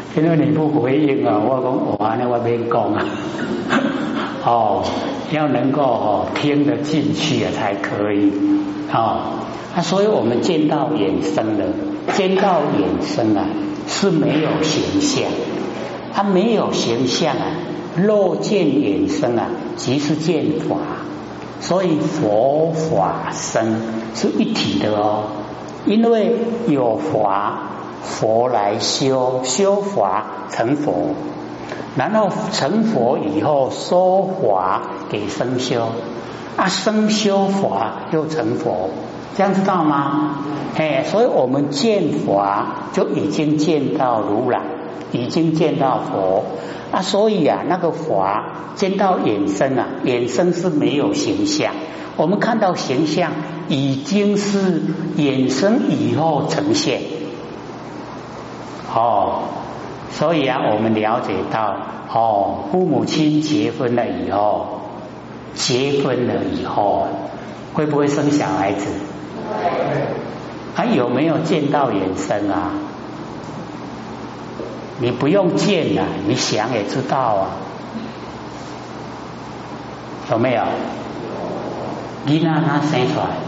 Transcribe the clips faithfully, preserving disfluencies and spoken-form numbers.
因为你不回应啊，我讲哇，那我没讲啊。哦，要能够哦听得进去啊才可以哦。啊，所以我们见到衍生了，见到衍生啊是没有形象，它、啊、没有形象啊，若见衍生啊，即是见法。所以佛法僧是一体的哦，因为有法，佛来修，修法成佛，然后成佛以后说法给僧修，啊僧修法又成佛，这样知道吗？哎，所以我们见法就已经见到如来，已经见到佛啊，所以啊那个法见到衍生啊，衍生是没有形象，我们看到形象已经是衍生以后呈现哦。所以啊我们了解到哦，父母亲结婚了以后，结婚了以后会不会生小孩子？还、啊、有没有见到衍生啊？你不用见啊，你想也知道啊，有没有？囡仔他生出来，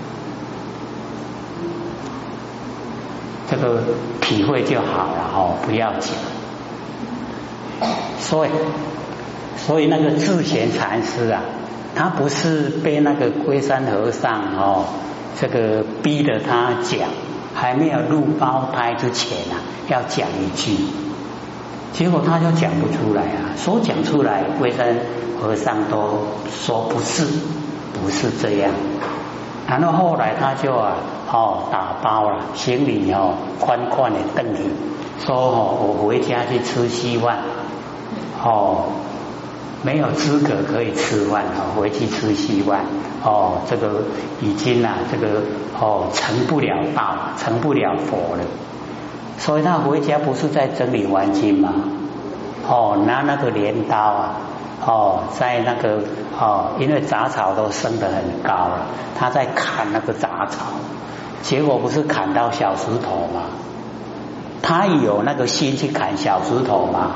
这个体会就好了哦，不要讲。所以，所以那个智贤禅师啊，他不是被那个龟山和尚哦，这个逼着他讲，还没有入胞胎之前啊，要讲一句。结果他就讲不出来啊，说讲出来，龟山和尚都说不是，不是这样。然后后来他就啊，哦打包了行李哦，宽宽的凳子，说哦我回家去吃稀饭，哦没有资格可以吃饭哦，回去吃稀饭哦，这个已经啊这个哦成不了道，成不了佛了。所以他回家不是在整理环境吗？哦，拿那个镰刀啊，哦，在那个哦，因为杂草都生得很高了，他在砍那个杂草，结果不是砍到小石头吗？他有那个心去砍小石头吗？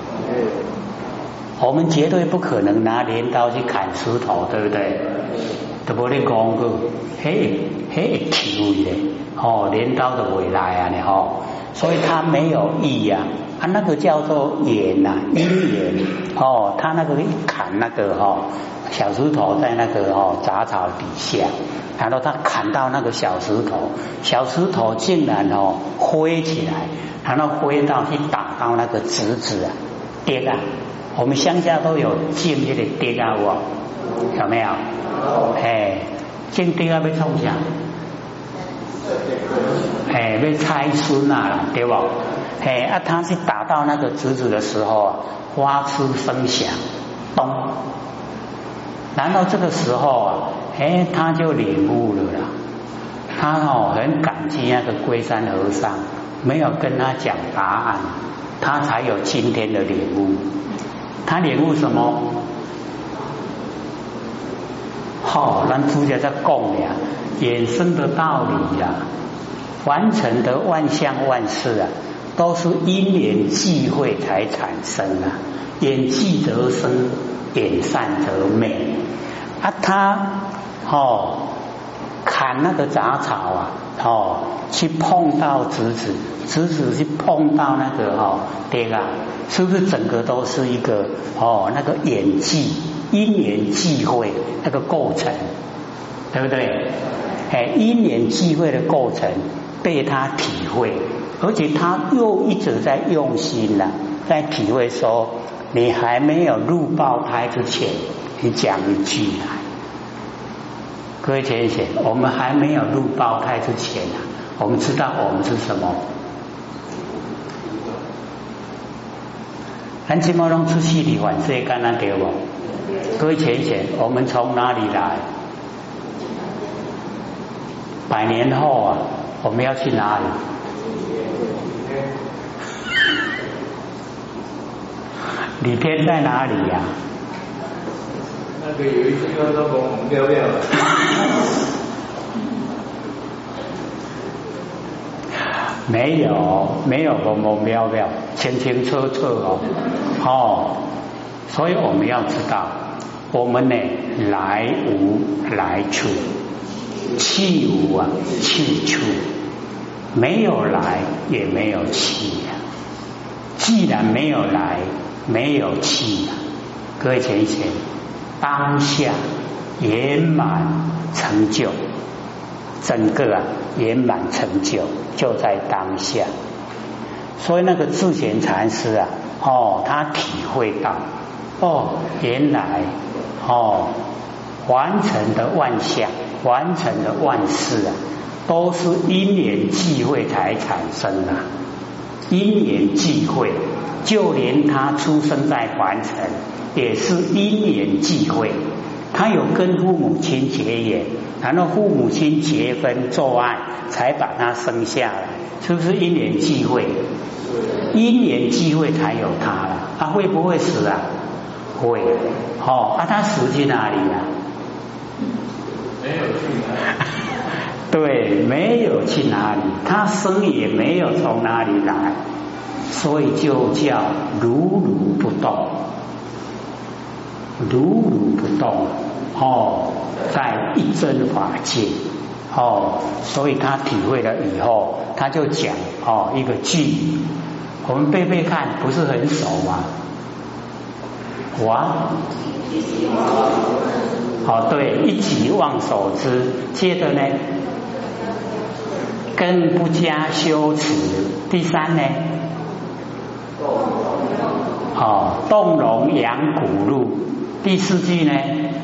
我们绝对不可能拿镰刀去砍石头，对不对？都无咧讲过，嘿，嘿，体会咧，哦，镰刀的未来啊，你吼。所以他没有意呀、啊，啊那个叫做缘呐、啊，因缘哦，他那个一砍那个哦小石头在那个哦杂草底下，然后他砍到那个小石头，小石头竟然哦飞起来，然后飞到去打到那个竹子啊，跌啊，我们乡下都有种这个跌啊，我有没有？哎，种跌啊要创啥？哎，被拆孙啊，对不？哎，啊，他是打到那个竹子的时候啊，发出声响，咚。然后这个时候啊，哎，他就领悟了啦。他哦很感激那个龟山和尚，没有跟他讲答案，他才有今天的领悟。他领悟什么？好、哦，咱主家在讲呀，衍生的道理呀、啊，完成的万象万事啊，都是因缘际会才产生啊。缘聚则生，缘散则灭。啊，他哦砍那个杂草啊，哦去碰到竹子，竹子去碰到那个哦对啊，是不是整个都是一个哦那个缘聚？因缘际会那个构成，对不对？哎，因缘际会的构成被他体会，而且他又一直在用心了、啊，在体会说，你还没有入胞胎之前，你讲一句来。各位浅显，我们还没有入胞胎之前啊，我们知道我们是什么？咱今毛拢出世里反世间啊，对不？各位浅显，我们从哪里来？百年后啊，我们要去哪里？李天在哪里呀、啊？ 那个有一句话说红红亮亮的。 没有没有模模妙妙，清清楚楚哦哦，所以我们要知道，我们呢来无来处，去无啊去处，没有来也没有去呀、啊。既然没有来，没有去呀、啊，各位浅显，当下圆满成就。整个啊圆满成就就在当下，所以那个智贤禅师啊，哦，他体会到，哦，原来哦，完成的万象，完成的万事啊，都是因缘际会才产生啊，因缘际会，就连他出生在凡尘，也是因缘际会。他有跟父母亲结缘，然后父母亲结婚做爱，才把他生下来，是不是因缘际会？因缘际会才有他了。他会不会死啊？会。哦，啊，他死去哪里啊？ 没有去哪里。 对，没有去哪里，他生也没有从哪里来，所以就叫如如不动。如如不动哦，在一真法界哦，所以他体会了以后，他就讲哦一个句，我们背背看，不是很熟吗？哇，哦对，一己忘所知，接着呢，更不加修持，第三呢，哦动容扬骨路。第四句呢，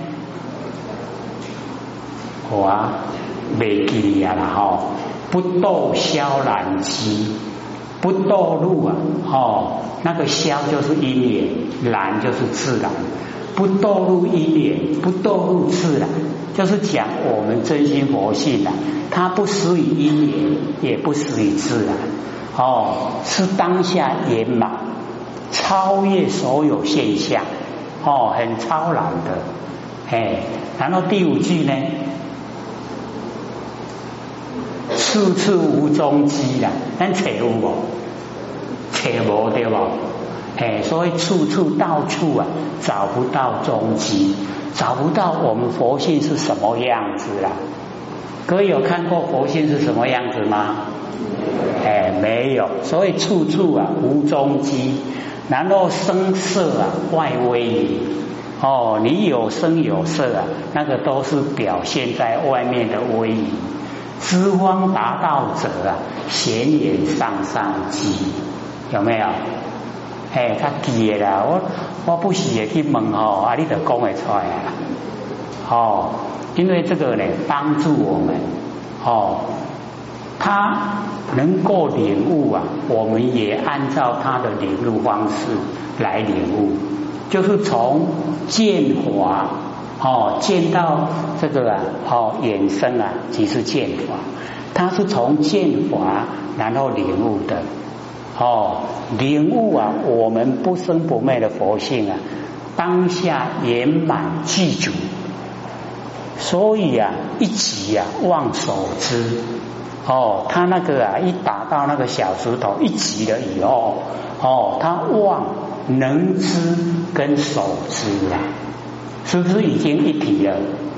我啊没记呀啦吼，不斗消然机，不斗入啊，哦，那个消就是因缘，然就是自然，不斗入因缘，不斗入自然，就是讲我们真心佛性啊，它不属于因缘，也不属于自然，哦，是当下圆满，超越所有现象。哦，很超然的，哎，然后第五句呢，处处无踪迹啦，咱找有无？找无对不？哎，所以处处到处啊，找不到踪迹，找不到我们佛性是什么样子啦。各位有看过佛性是什么样子吗？哎，没有，所以处处啊无踪迹。然后声色啊外威仪哦，你有声有色啊，那个都是表现在外面的威仪。知方达道者啊，显言上上机，有没有？哎，他记的啦，我我不是也去问哦，啊，你就讲会出来啦。哦，因为这个呢，帮助我们哦。他能够领悟啊，我们也按照他的领悟方式来领悟，就是从见法哦，见到这个啊，哦，衍生啊，即是见法，他是从见法然后领悟的哦，领悟啊，我们不生不灭的佛性啊，当下圆满具足，所以啊，一己啊忘所知。哦，他那个啊，一打到那个小石头一击了以后，哦，他忘能知跟所知啊，是不是已经一体了？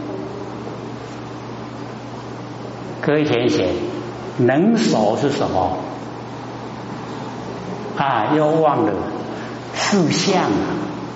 各位浅显，能所是什么？啊，又忘了四相啊。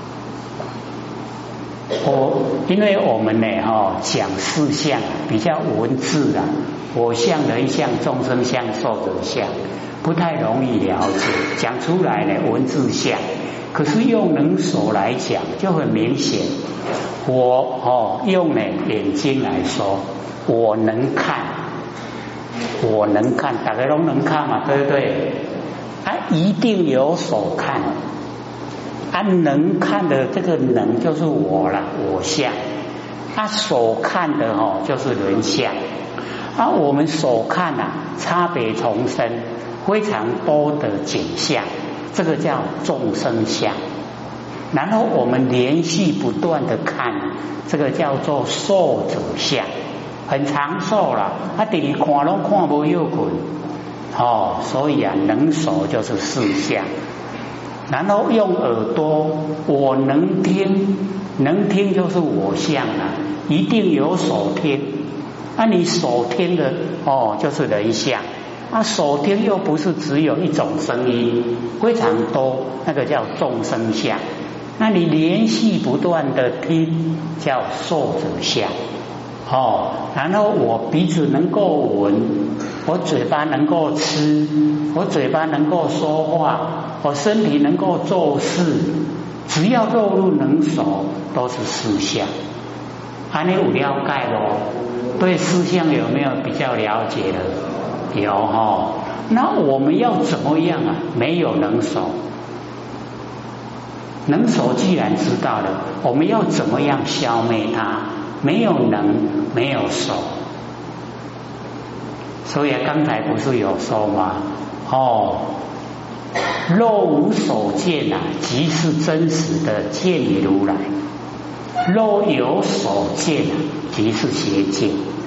我因为我们呢，哦，讲四相比较文字啊。我相、人相、众生相、寿者相，不太容易了解。讲出来呢，文字相，可是用能所来讲就很明显。我哦，用呢眼睛来说，我能看，我能看，大家都能看嘛，对不对？啊，一定有所看，啊，能看的这个能就是我了，我相。啊，所看的哦，就是人相。啊，我们所看啊，差别重生，非常多的景象，这个叫众生相。然后我们连续不断的看，这个叫做寿者相，很长寿了。啊，第二看拢看无有困， 哦，所以啊，能守就是四相。然后用耳朵，我能听，能听就是我相啊，一定有手听。那、啊、你手听的哦，就是人相。啊，手听又不是只有一种声音，非常多，那个叫众生相。那你连续不断的听，叫受者相。哦，然后我鼻子能够闻，我嘴巴能够吃，我嘴巴能够说话，我身体能够做事，只要肉入能手，都是四相。啊，你有了解咯？对四相有没有比较了解的？有哦。那我们要怎么样啊？没有能手，能手既然知道了，我们要怎么样消灭它？没有能，没有手，所以刚才不是有说吗？哦，若无所见啊，即是真实的见于如来；若有所见啊，即是邪见。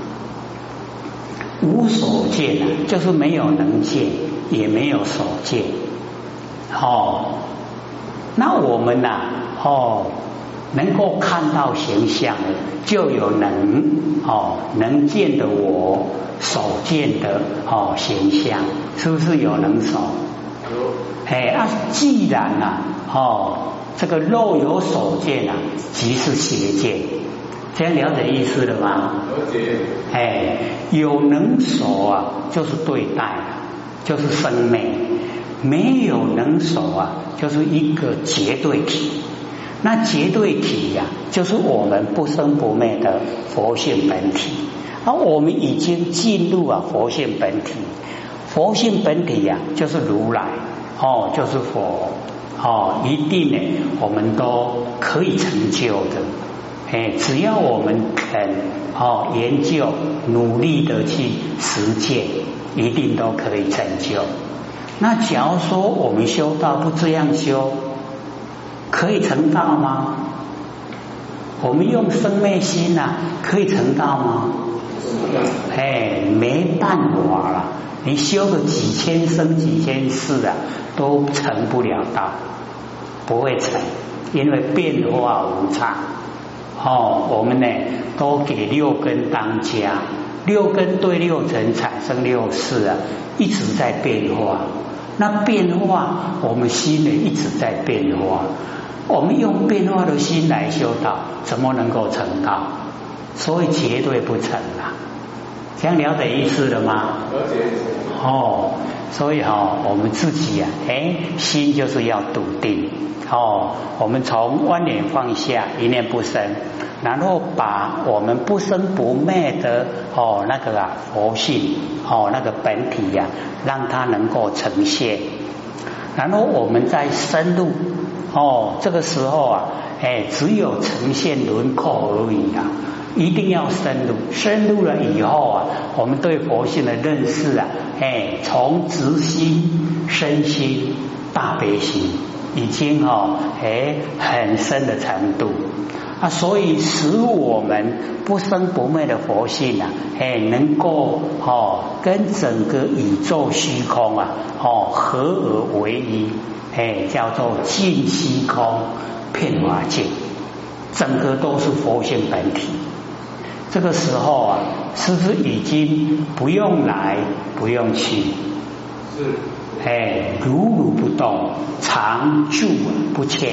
无所见啊，就是没有能见，也没有所见。哦，那我们呐、啊，哦。能够看到形象的，就有能哦，能见的我，所见的哦形象，是不是有能手？有。哎啊，既然啊哦，这个肉有所见啊，即是邪见，这样了解意思了吗？了解。哎，有能手啊，就是对待，就是生灭；没有能手啊，就是一个绝对体。那绝对体呀、啊，就是我们不生不灭的佛性本体。而、啊、我们已经进入啊佛性本体，佛性本体呀、啊，就是如来哦，就是佛哦，一定呢，我们都可以成就的。哎，只要我们肯哦研究，努力的去实践，一定都可以成就。那假如说我们修道不这样修，可以成道吗？我们用生灭心啊，可以成道吗？哎，没办法了。你修个几千生几千世啊，都成不了道，不会成，因为变化无常。哦，我们呢都给六根当家，六根对六尘产生六识啊，一直在变化。那变化，我们心呢一直在变化。我们用变化的心来修道，怎么能够成道？所以绝对不成啊！这样了解意思了吗？了解。哦，所以哈、哦，我们自己啊，哎，心就是要笃定哦。我们从万念放下，一念不生，然后把我们不生不灭的哦那个啊佛性哦那个本体呀、啊，让它能够呈现，然后我们再深入。哦，这个时候啊，哎，只有呈现轮廓而已啊，一定要深入。深入了以后啊，我们对佛性的认识啊，哎，从直心、身心、大悲心，已经哦，哎，很深的程度啊，所以使我们不生不灭的佛性啊，哎，能够哦，跟整个宇宙虚空啊，哦，合而为一。哎，叫做尽虚空遍法界，整个都是佛性本体。这个时候啊，是不是已经不用来不用去？是。哎，如如不动，常住不迁。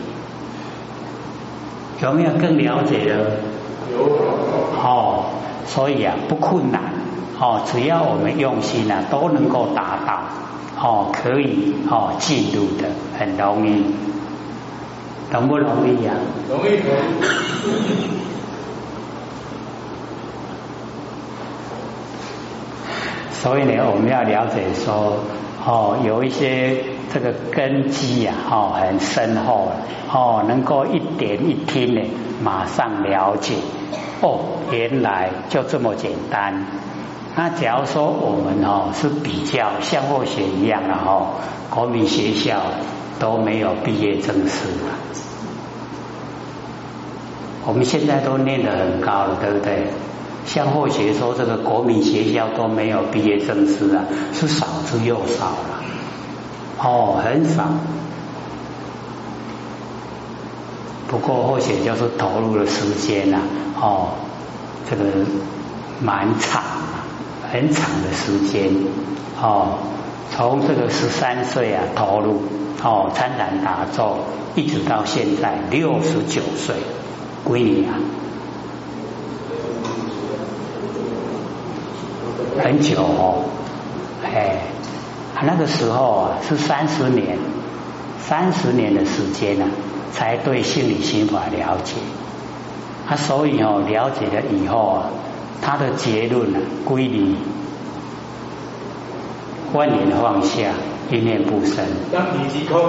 有没有更了解的？有。哦，所以啊，不困难。哦，只要我们用心啊，都能够达到。哦，可以哦，进入的很容易，容不容易呀、啊？容易。所以呢，我们要了解说，哦，有一些这个根基呀、啊，哦，很深厚，哦，能够一点一听呢，马上了解，哦，原来就这么简单。那假如说我们哦是比较像或学一样的哦，国民学校都没有毕业证书了，我们现在都念得很高了，对不对？像或学说这个国民学校都没有毕业证书啊，是少之又少了，哦，很少。不过或许就是投入的时间啊，哦，这个蛮长啊，很长的时间哦。从这个十三岁啊投入哦参禅打坐，一直到现在六十九岁，归你啊，很久哦，哎，那个时候啊是三十年，三十年的时间啊。才对心理心法了解，啊，所以哦，了解了以后啊，他的结论呢、啊，归离万念放下，一念不生。 当体即空。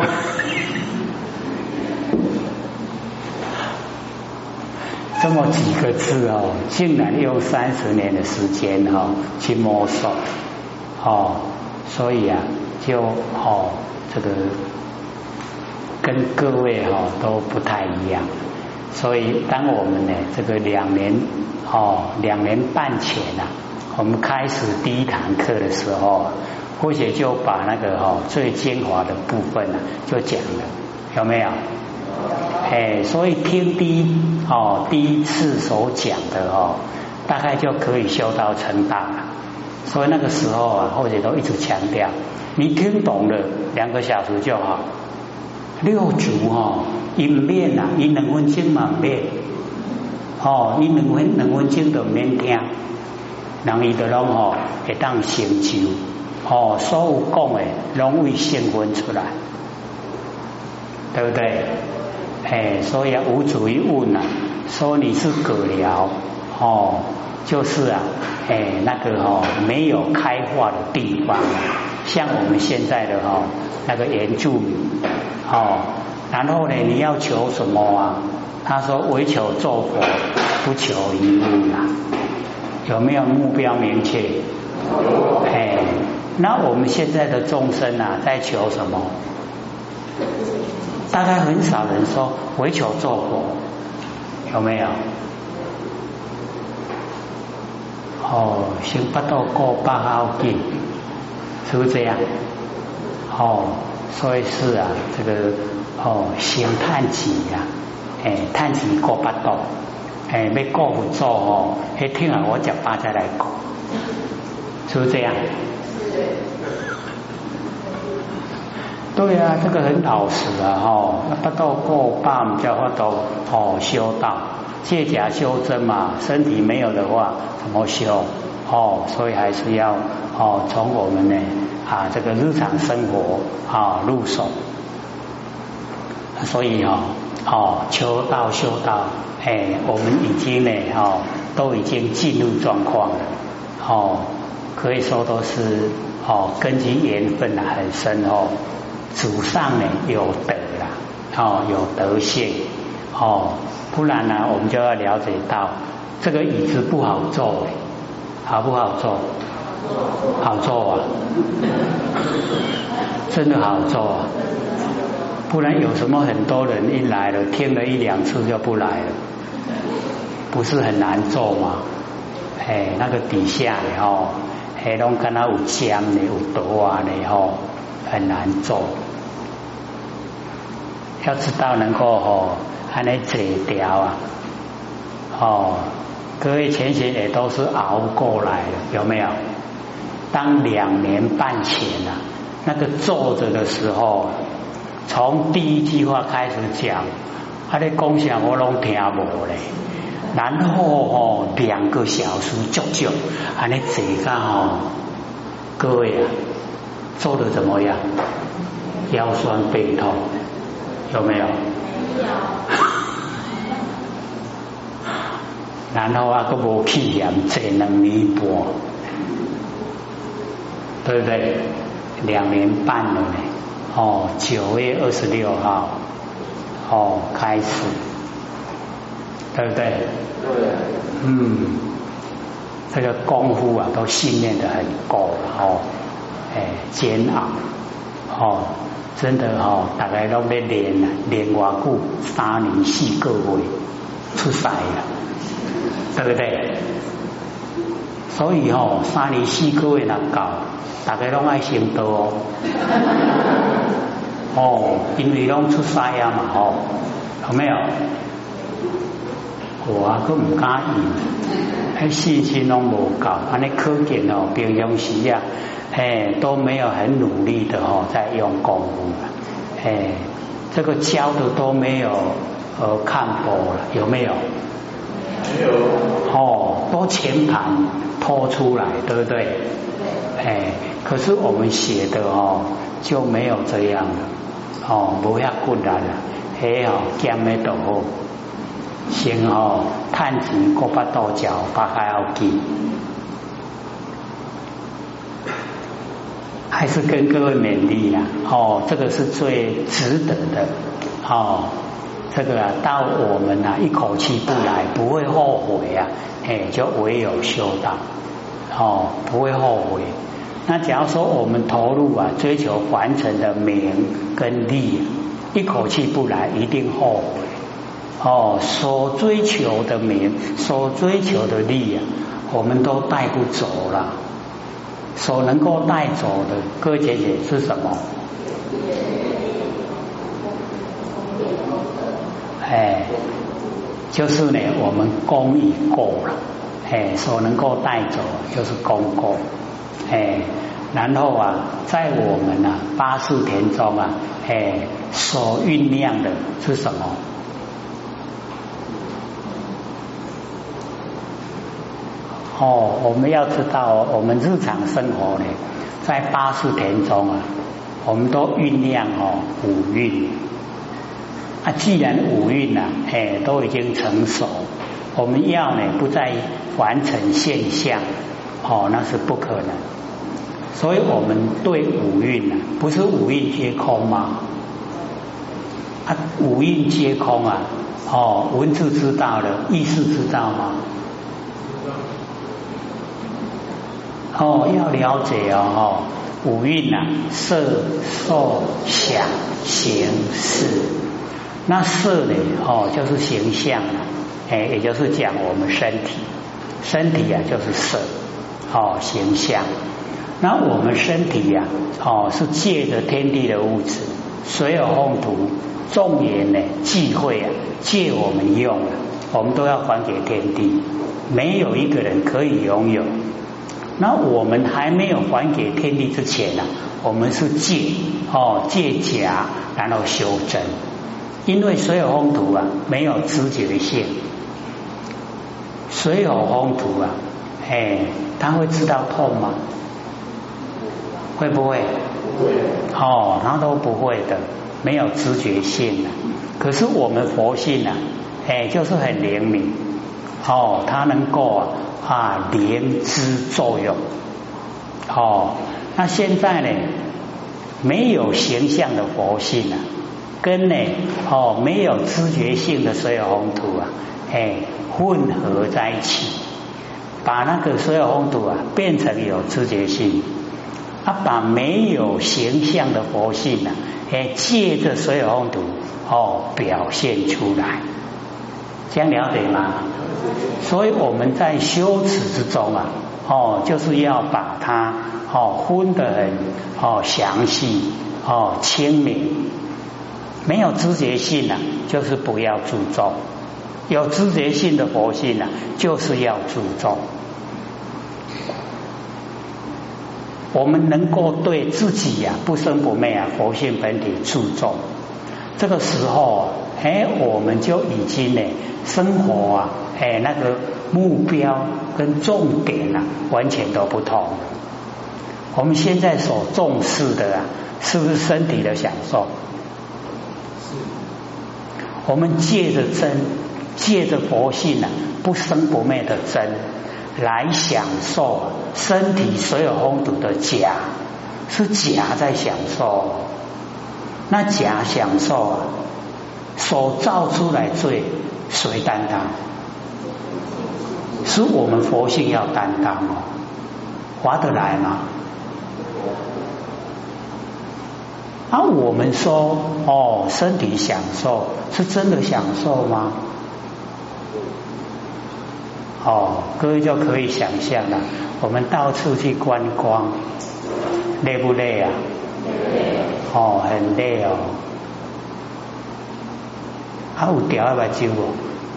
这么几个字哦，竟然用三十年的时间哦去摸索，哦，所以啊，就哦这个。跟各位哈、哦、都不太一样，所以当我们呢这个两年哦两年半前啊，我们开始第一堂课的时候，或许就把那个哈、哦、最精华的部分啊就讲了，有没有？哎，所以听第一哦第一次所讲的哦，大概就可以修到成大了。所以那个时候啊，或者都一直强调，你听懂了两个小时就好。六祖哦，因免啊，因两分钟嘛免，哦，因两分两分钟就免听，人伊就拢哦会当成就，哦，所有讲的拢会成分出来，对不对？哎，所以啊，无主一问啊，说你是葛寮，哦，就是啊，哎，那个哦没有开化的地方，像我们现在的哦那个原住民。哦，然后呢？你要求什么啊？他说：“唯求做佛，不求一物啊。”有没有目标明确？有。哎，那我们现在的众生啊，在求什么？大概很少人说唯求做佛，有没有？哦，行不到过八好境，是不是这样？哦。所以是啊，这个哦，行探己呀、啊，哎，探己过八道，哎，要过不做哦，哎，听了我讲八再来过，是不是这样？对啊，这个很老实啊，哦，八道过八，我们叫法度哦修道，借假修真嘛，身体没有的话怎么修？哦，所以还是要哦，从我们呢。啊，这个日常生活啊入手，所以哦哦求道修道，哎，我们已经呢哦都已经进入状况了，哦，可以说都是哦根基缘分啊很深哦，祖上呢有德啦，哦有德性哦，不然呢我们就要了解到这个椅子不好坐，好不好坐？好做啊，真的好做啊，不然有什么很多人一来了听了一两次就不来了，不是很难做吗？哎，那个底下的哦，黑龙跟他有尖的有多啊的哦，很难做。要知道能够哦，还能解掉啊，哦，各位前些也都是熬过来的，有没有？当两年半前啊，那个坐着的时候，从第一句话开始讲，啊，你讲啥我拢听无嘞。然后哦，两个小时足足，啊，你坐到哦，各位啊，坐的怎么样？腰酸背痛，有没有？然后啊，都无气炎，坐两年半。对不对？两年半了呢，哦，九月二十六号，哦，开始，对不对？对。嗯，这个功夫啊，都训练得很够了哦，哎，煎熬，哦，真的哦，大概都在练啊，练偌久，三年四个月出师了，对不对？ 所以哦，三年四个月那搞，大家拢爱行道哦。哦，因为拢出差啊嘛，哦，有没有？我啊，佢唔敢演，喺信心拢无够，安尼可见哦，平常时啊，哎都没有很努力的哦，在用功夫了，哎，这个教的都没有呃看破了，有没有？ 没有。 哦，都全盘拖出来，对不对？哎，可是我们写的哦就没有这样了，哦，无遐困难了，嘿哦，减的都好。先哦，探钱过把刀脚，把还要紧，还是跟各位勉励啦。哦，这个是最值得的。哦，这个啊，到我们啊一口气不来，不会后悔啊。哎，就唯有修道。哦，不会后悔。那假如说我们投入啊，追求凡尘的名跟利，一口气不来，一定后悔。哦，所追求的名，所追求的利啊，我们都带不走了。所能够带走的，各位姐姐是什么？哎，就是呢，我们功已够了。哎，所能够带走就是功够。哎，然后啊，在我们啊八识田中啊，哎，所酝酿的是什么？哦，我们要知道哦，我们日常生活呢，在八识田中啊，我们都酝酿哦五蕴啊。既然五蕴啊，哎，都已经成熟，我们要呢不再完成现象，哦，那是不可能。所以我们对五蕴啊，不是五蕴皆空吗？啊，五蕴皆空啊，哦，文字知道了，意识知道吗？哦，要了解哦，五蕴啊，色、受、想、行、识。那色呢，哦，就是形象啊，哎，也就是讲我们身体，身体啊就是色，哦，形象。那我们身体呀、啊，哦，是借着天地的物质，水有风土，众缘呢际会啊，借我们用啊，我们都要还给天地，没有一个人可以拥有。那我们还没有还给天地之前呢、啊，我们是借哦借假，然后修真。因为水有风土啊，没有知觉性，水有风土啊，哎，他会知道痛吗？会不会？ 不会。 哦，他都不会的，没有知觉性啊。可是我们佛性啊，哎，就是很灵敏，哦，它能够啊啊灵知作用。哦，那现在呢，没有形象的佛性啊，跟呢哦没有知觉性的水有风土啊，哎混合在一起，把那个水有风土啊变成有知觉性。他把没有形象的佛性呢、啊，哎，借着水有风土哦表现出来，这样了解吗？所以我们在修持之中啊，哦，就是要把它哦分得很哦详细哦清明。没有知觉性啊，就是不要注重；有知觉性的佛性啊，就是要注重。我们能够对自己呀、啊、不生不灭啊佛性本体注重，这个时候哎，我们就已经呢生活啊哎那个目标跟重点啊完全都不同。我们现在所重视的啊，是不是身体的享受？是。我们借着真，借着佛性啊不生不灭的真。来享受身体所有风土的假，是假在享受。那假享受啊，所造出来罪谁担当？是我们佛性要担当哦，划得来吗？啊，我们说哦，身体享受是真的享受吗？ 哦，各位就可以想象了，我们到处去观光，累不累啊？哦，很累哦。啊，有掉目睭哦，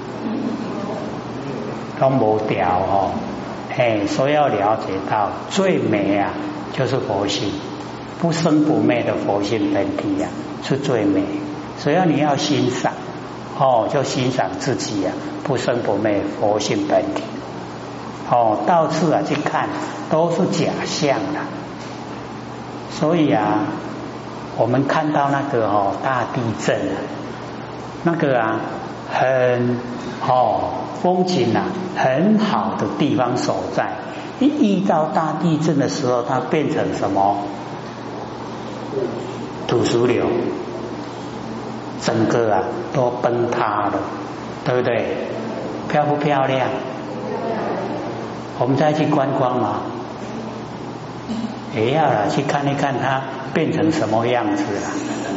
都无掉哦。嘿，所以要了解到最美啊，就是佛性，不生不灭的佛性本体啊，是最美。所以你要欣赏哦，就欣赏自己啊，不生不灭佛性本体。哦，到处啊去看都是假象的，所以啊，我们看到那个哦大地震啊，那个啊很哦风景啊很好的地方所在，一遇到大地震的时候，它变成什么？土石流，整个啊都崩塌了，对不对？漂不漂亮？我们再去观光嘛，也要啦，去看一看它变成什么样子啦。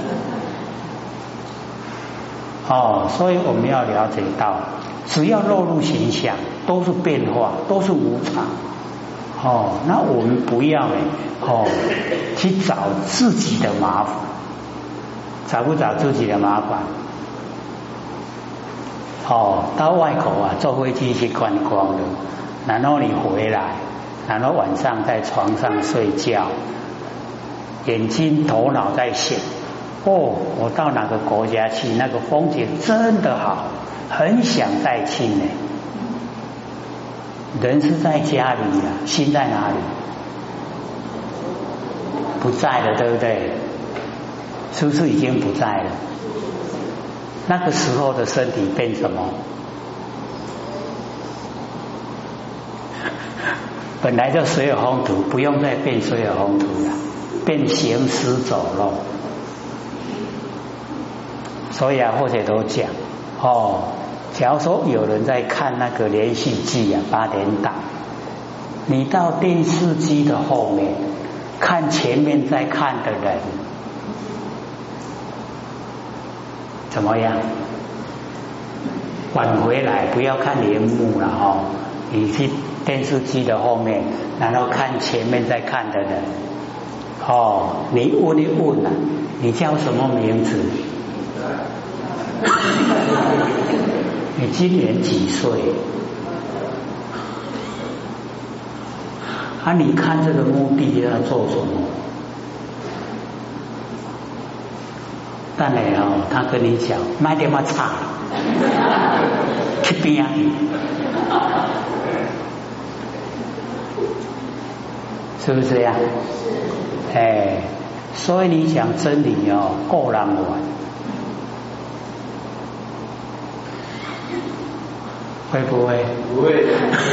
哦，所以我们要了解到，只要落入形象，都是变化，都是无常。哦，那我们不要呢，哦，去找自己的麻烦，找不找自己的麻烦？哦，到外口啊，坐飞机去观光了，然后你回来，然后晚上在床上睡觉，眼睛头脑在想，哦，我到哪个国家去，那个风景真的好，很想再去呢。人是在家里啊，心在哪里？不在了，对不对？是不是已经不在了？那个时候的身体变什么？本来就随耳风土，不用再变随耳风土了，变行尸走肉。所以啊，或者都讲哦，假如说有人在看那个连续剧啊，八点档，你到电视机的后面看前面在看的人怎么样？晚回来不要看荧幕了哦，你去电视机的后面，然后看前面在看的人哦，你问一问啊，你叫什么名字？你今年几岁？啊，你看这个目的要做什么？但是哦，他跟你讲，买点嘛差，去边，是不是这样？哎，所以你讲真理哦，够难玩。会不会？ 不会。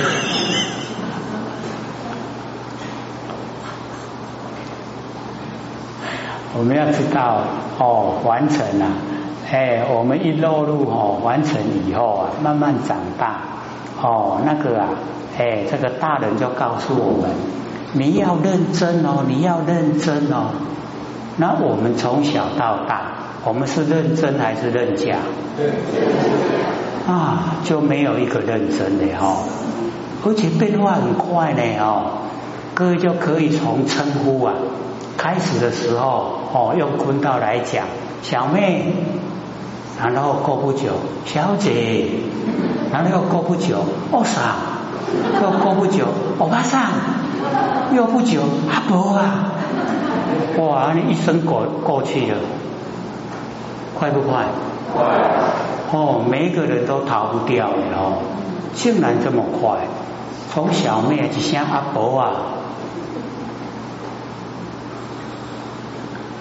我们要知道哦，完成了、啊，哎，我们一落入哦，完成以后啊，慢慢长大哦，那个啊，哎，这个大人就告诉我们，你要认真哦，你要认真哦。那我们从小到大，我们是认真还是认假？认真啊，就没有一个认真的哦，而且变化很快呢哦，各位就可以从称呼啊。开始的时候哦，用坤道来讲，小妹，然后过不久，小姐，然后又过不久，哦嫂，又过不久，欧巴桑，又不久，阿伯啊，哇，你一生过过去了，快不快？快。哦，每一个人都逃不掉的哦，竟然这么快，从小妹一声阿伯啊。